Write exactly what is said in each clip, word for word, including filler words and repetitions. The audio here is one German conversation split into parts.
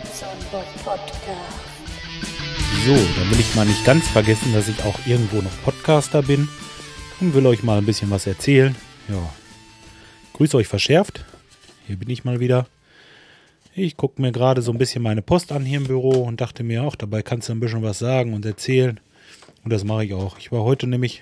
Pforzheim Podcast. So, dann will ich mal nicht ganz vergessen, dass ich auch irgendwo noch Podcaster bin und will euch mal ein bisschen was erzählen. Ja, grüße euch verschärft. Hier bin ich mal wieder. Ich gucke mir gerade so ein bisschen meine Post an hier im Büro und dachte mir, auch dabei kannst du ein bisschen was sagen und erzählen. Und das mache ich auch. Ich war heute nämlich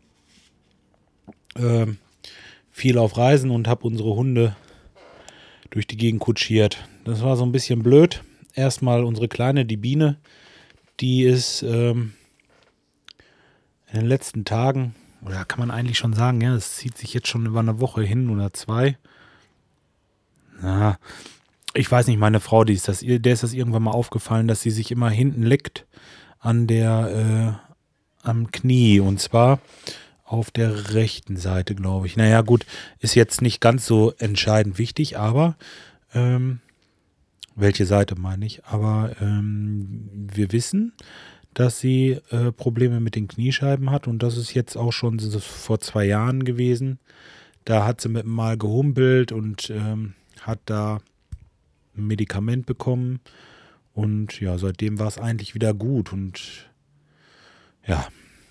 äh, viel auf Reisen und habe unsere Hunde durch die Gegend kutschiert. Das war so ein bisschen blöd. Erstmal unsere Kleine, die Biene, die ist ähm, in den letzten Tagen, oder kann man eigentlich schon sagen, ja, es zieht sich jetzt schon über eine Woche hin oder zwei. Na, ich weiß nicht, meine Frau, die ist das, der ist das irgendwann mal aufgefallen, dass sie sich immer hinten leckt an der, äh, am Knie, und zwar auf der rechten Seite, glaube ich. Naja, gut, ist jetzt nicht ganz so entscheidend wichtig, aber ähm, welche Seite meine ich? Aber ähm, wir wissen, dass sie äh, Probleme mit den Kniescheiben hat, und das ist jetzt auch schon so vor zwei Jahren gewesen. Da hat sie mit mal gehumpelt und ähm, hat da ein Medikament bekommen, und ja, seitdem war es eigentlich wieder gut, und ja,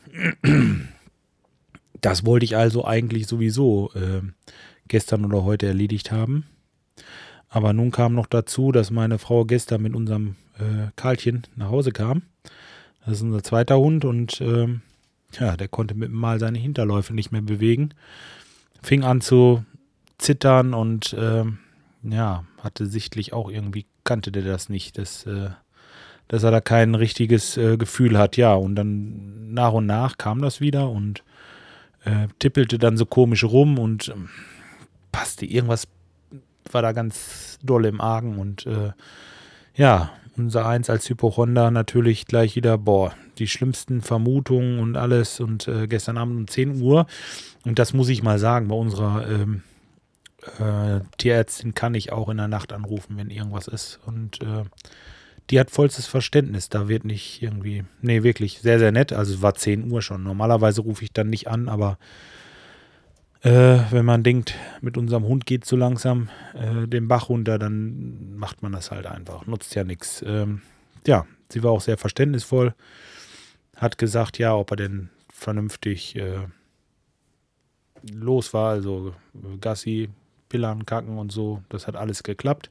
das wollte ich also eigentlich sowieso äh, gestern oder heute erledigt haben. Aber nun kam noch dazu, dass meine Frau gestern mit unserem äh, Karlchen nach Hause kam. Das ist unser zweiter Hund, und ähm, ja, der konnte mit mal seine Hinterläufe nicht mehr bewegen. Fing an zu zittern und ähm, ja, hatte sichtlich auch irgendwie, kannte der das nicht, dass, äh, dass er da kein richtiges äh, Gefühl hat. Ja, und dann nach und nach kam das wieder und äh, tippelte dann so komisch rum und ähm, passte irgendwas, war da ganz doll im Argen, und äh, ja, unser Eins als Hypochonder natürlich gleich wieder, boah, die schlimmsten Vermutungen und alles, und äh, gestern Abend um zehn Uhr, und das muss ich mal sagen, bei unserer ähm, äh, Tierärztin kann ich auch in der Nacht anrufen, wenn irgendwas ist, und äh, die hat vollstes Verständnis, da wird nicht irgendwie, nee, wirklich sehr, sehr nett, also es war zehn Uhr schon, normalerweise rufe ich dann nicht an, aber Äh, wenn man denkt, mit unserem Hund geht es so langsam äh, den Bach runter, dann macht man das halt einfach. Nutzt ja nichts. Ähm, ja, sie war auch sehr verständnisvoll. Hat gesagt, ja, ob er denn vernünftig äh, los war, also äh, Gassi, Pillern, Kacken und so. Das hat alles geklappt.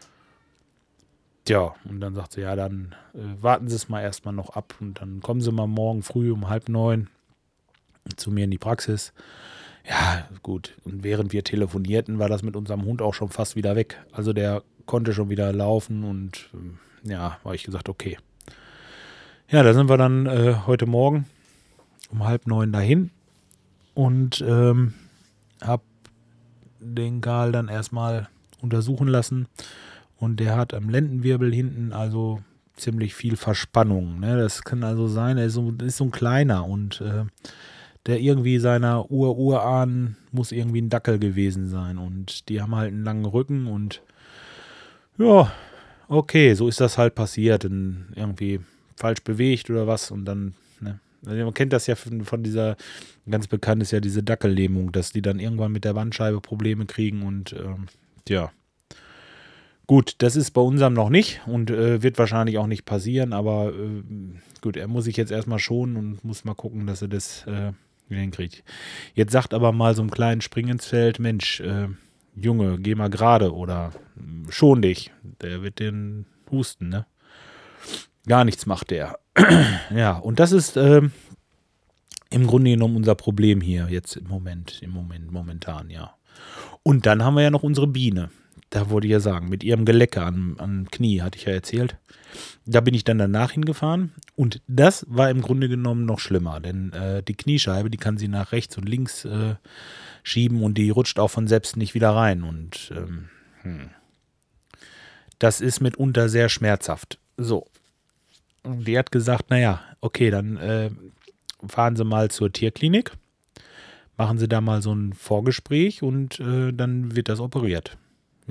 Tja, und dann sagt sie, ja, dann äh, warten Sie es mal erstmal noch ab, und dann kommen Sie mal morgen früh um halb neun zu mir in die Praxis. Ja, gut. Und während wir telefonierten, war das mit unserem Hund auch schon fast wieder weg. Also der konnte schon wieder laufen, und ja, habe ich gesagt, okay. Ja, da sind wir dann äh, heute Morgen um halb neun dahin und ähm, habe den Karl dann erstmal untersuchen lassen, und der hat am Lendenwirbel hinten also ziemlich viel Verspannung. Ne? Das kann also sein, er ist so, ist so ein kleiner, und äh, der irgendwie seiner Ur-Urahn muss irgendwie ein Dackel gewesen sein, und die haben halt einen langen Rücken, und ja, okay, so ist das halt passiert, und irgendwie falsch bewegt oder was, und dann, ne, also man kennt das ja von, von dieser, ganz bekannt ist ja diese Dackellähmung, dass die dann irgendwann mit der Bandscheibe Probleme kriegen, und ähm, ja, gut, das ist bei unserem noch nicht und äh, wird wahrscheinlich auch nicht passieren, aber äh, gut, er muss sich jetzt erstmal schonen und muss mal gucken, dass er das äh, hinkriegt. Jetzt sagt aber mal so einem kleinen Spring ins Feld, Mensch, äh, Junge, geh mal gerade oder äh, schon dich. Der wird den husten, ne? Gar nichts macht der. Ja, und das ist äh, im Grunde genommen unser Problem hier jetzt im Moment, im Moment, momentan, ja. Und dann haben wir ja noch unsere Biene. Da wollte ich ja sagen, mit ihrem Gelecke am, am Knie, hatte ich ja erzählt. Da bin ich dann danach hingefahren, und das war im Grunde genommen noch schlimmer, denn äh, die Kniescheibe, die kann sie nach rechts und links äh, schieben, und die rutscht auch von selbst nicht wieder rein, und ähm, hm. das ist mitunter sehr schmerzhaft. So, und die hat gesagt, naja, okay, dann äh, fahren Sie mal zur Tierklinik, machen Sie da mal so ein Vorgespräch, und äh, dann wird das operiert. Ja,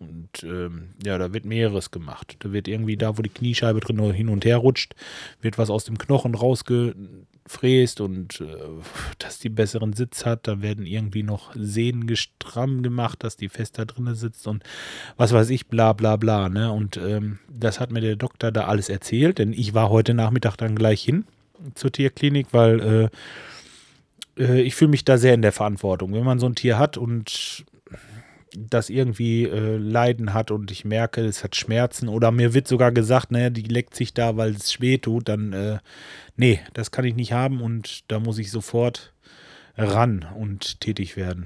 Und ähm, ja, da wird mehreres gemacht. Da wird irgendwie da, wo die Kniescheibe drin hin und her rutscht, wird was aus dem Knochen rausgefräst und äh, dass die besseren Sitz hat. Da werden irgendwie noch Sehnen stramm gemacht, dass die fester drin sitzt und was weiß ich, bla bla bla. Ne? Und ähm, das hat mir der Doktor da alles erzählt, denn ich war heute Nachmittag dann gleich hin zur Tierklinik, weil äh, äh, ich fühle mich da sehr in der Verantwortung. Wenn man so ein Tier hat und das irgendwie äh, Leiden hat und ich merke, es hat Schmerzen oder mir wird sogar gesagt, naja, die leckt sich da, weil es weh tut, dann äh, nee, das kann ich nicht haben und da muss ich sofort ran und tätig werden.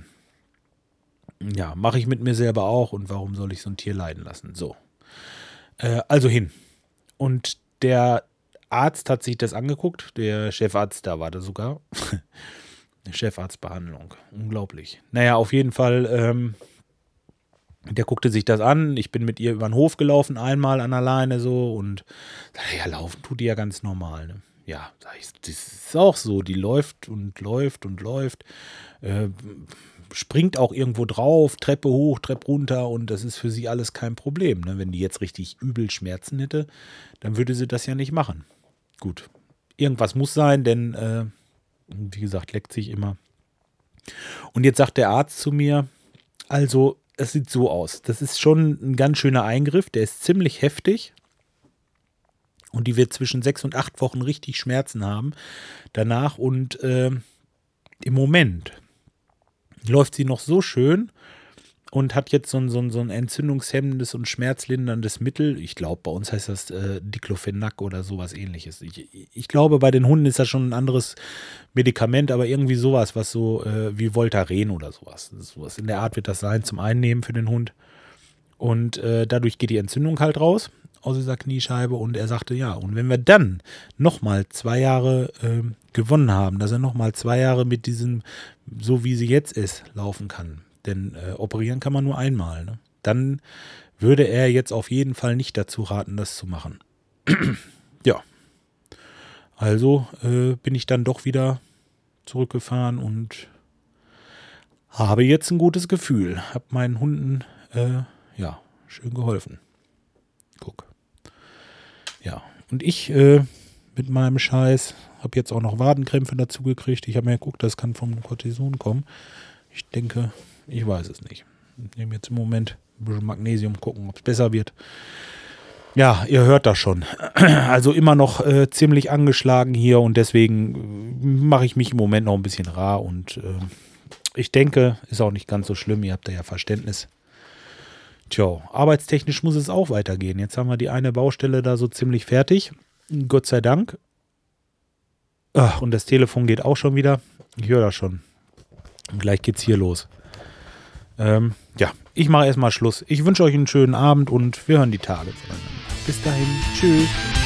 Ja, mache ich mit mir selber auch und warum soll ich so ein Tier leiden lassen? So, äh, also hin. Und der Arzt hat sich das angeguckt, der Chefarzt, da war der sogar. Chefarztbehandlung, unglaublich. Naja, auf jeden Fall, ähm, der guckte sich das an. Ich bin mit ihr über den Hof gelaufen, einmal an alleine so und sagte, ja, laufen tut die ja ganz normal. Ne? Ja, sag ich, das ist auch so. Die läuft und läuft und läuft, äh, springt auch irgendwo drauf, Treppe hoch, Treppe runter und das ist für sie alles kein Problem. Ne? Wenn die jetzt richtig übel Schmerzen hätte, dann würde sie das ja nicht machen. Gut, irgendwas muss sein, denn äh, wie gesagt, leckt sich immer. Und jetzt sagt der Arzt zu mir, also es sieht so aus. Das ist schon ein ganz schöner Eingriff. Der ist ziemlich heftig. Und die wird zwischen sechs und acht Wochen richtig Schmerzen haben danach. Und äh, im Moment läuft sie noch so schön und hat jetzt so ein, so ein, so ein entzündungshemmendes und schmerzlinderndes Mittel. Ich glaube, bei uns heißt das äh, Diclofenac oder sowas ähnliches. Ich, ich glaube, bei den Hunden ist das schon ein anderes Medikament, aber irgendwie sowas, was so äh, wie Voltaren oder sowas. Sowas in der Art wird das sein zum Einnehmen für den Hund. Und äh, dadurch geht die Entzündung halt raus aus dieser Kniescheibe. Und er sagte, ja, und wenn wir dann nochmal zwei Jahre äh, gewonnen haben, dass er nochmal zwei Jahre mit diesem, so wie sie jetzt ist, laufen kann. Denn äh, operieren kann man nur einmal. Ne? Dann würde er jetzt auf jeden Fall nicht dazu raten, das zu machen. Ja. Also äh, bin ich dann doch wieder zurückgefahren und habe jetzt ein gutes Gefühl. Habe meinen Hunden äh, ja schön geholfen. Guck. Ja. Und ich äh, mit meinem Scheiß habe jetzt auch noch Wadenkrämpfe dazu gekriegt. Ich habe mir geguckt, das kann vom Cortison kommen. Ich denke, ich weiß es nicht. Ich nehme jetzt im Moment ein bisschen Magnesium, gucken, ob es besser wird. Ja, ihr hört das schon. Also immer noch äh, ziemlich angeschlagen hier und deswegen äh, mache ich mich im Moment noch ein bisschen rar und äh, ich denke, ist auch nicht ganz so schlimm. Ihr habt da ja Verständnis. Tja, arbeitstechnisch muss es auch weitergehen. Jetzt haben wir die eine Baustelle da so ziemlich fertig. Gott sei Dank. Ach, und das Telefon geht auch schon wieder. Ich höre das schon. Und gleich geht's hier los. Ähm, ja, ich mache erstmal Schluss. Ich wünsche euch einen schönen Abend und wir hören die Tage voneinander. Bis dahin. Tschüss.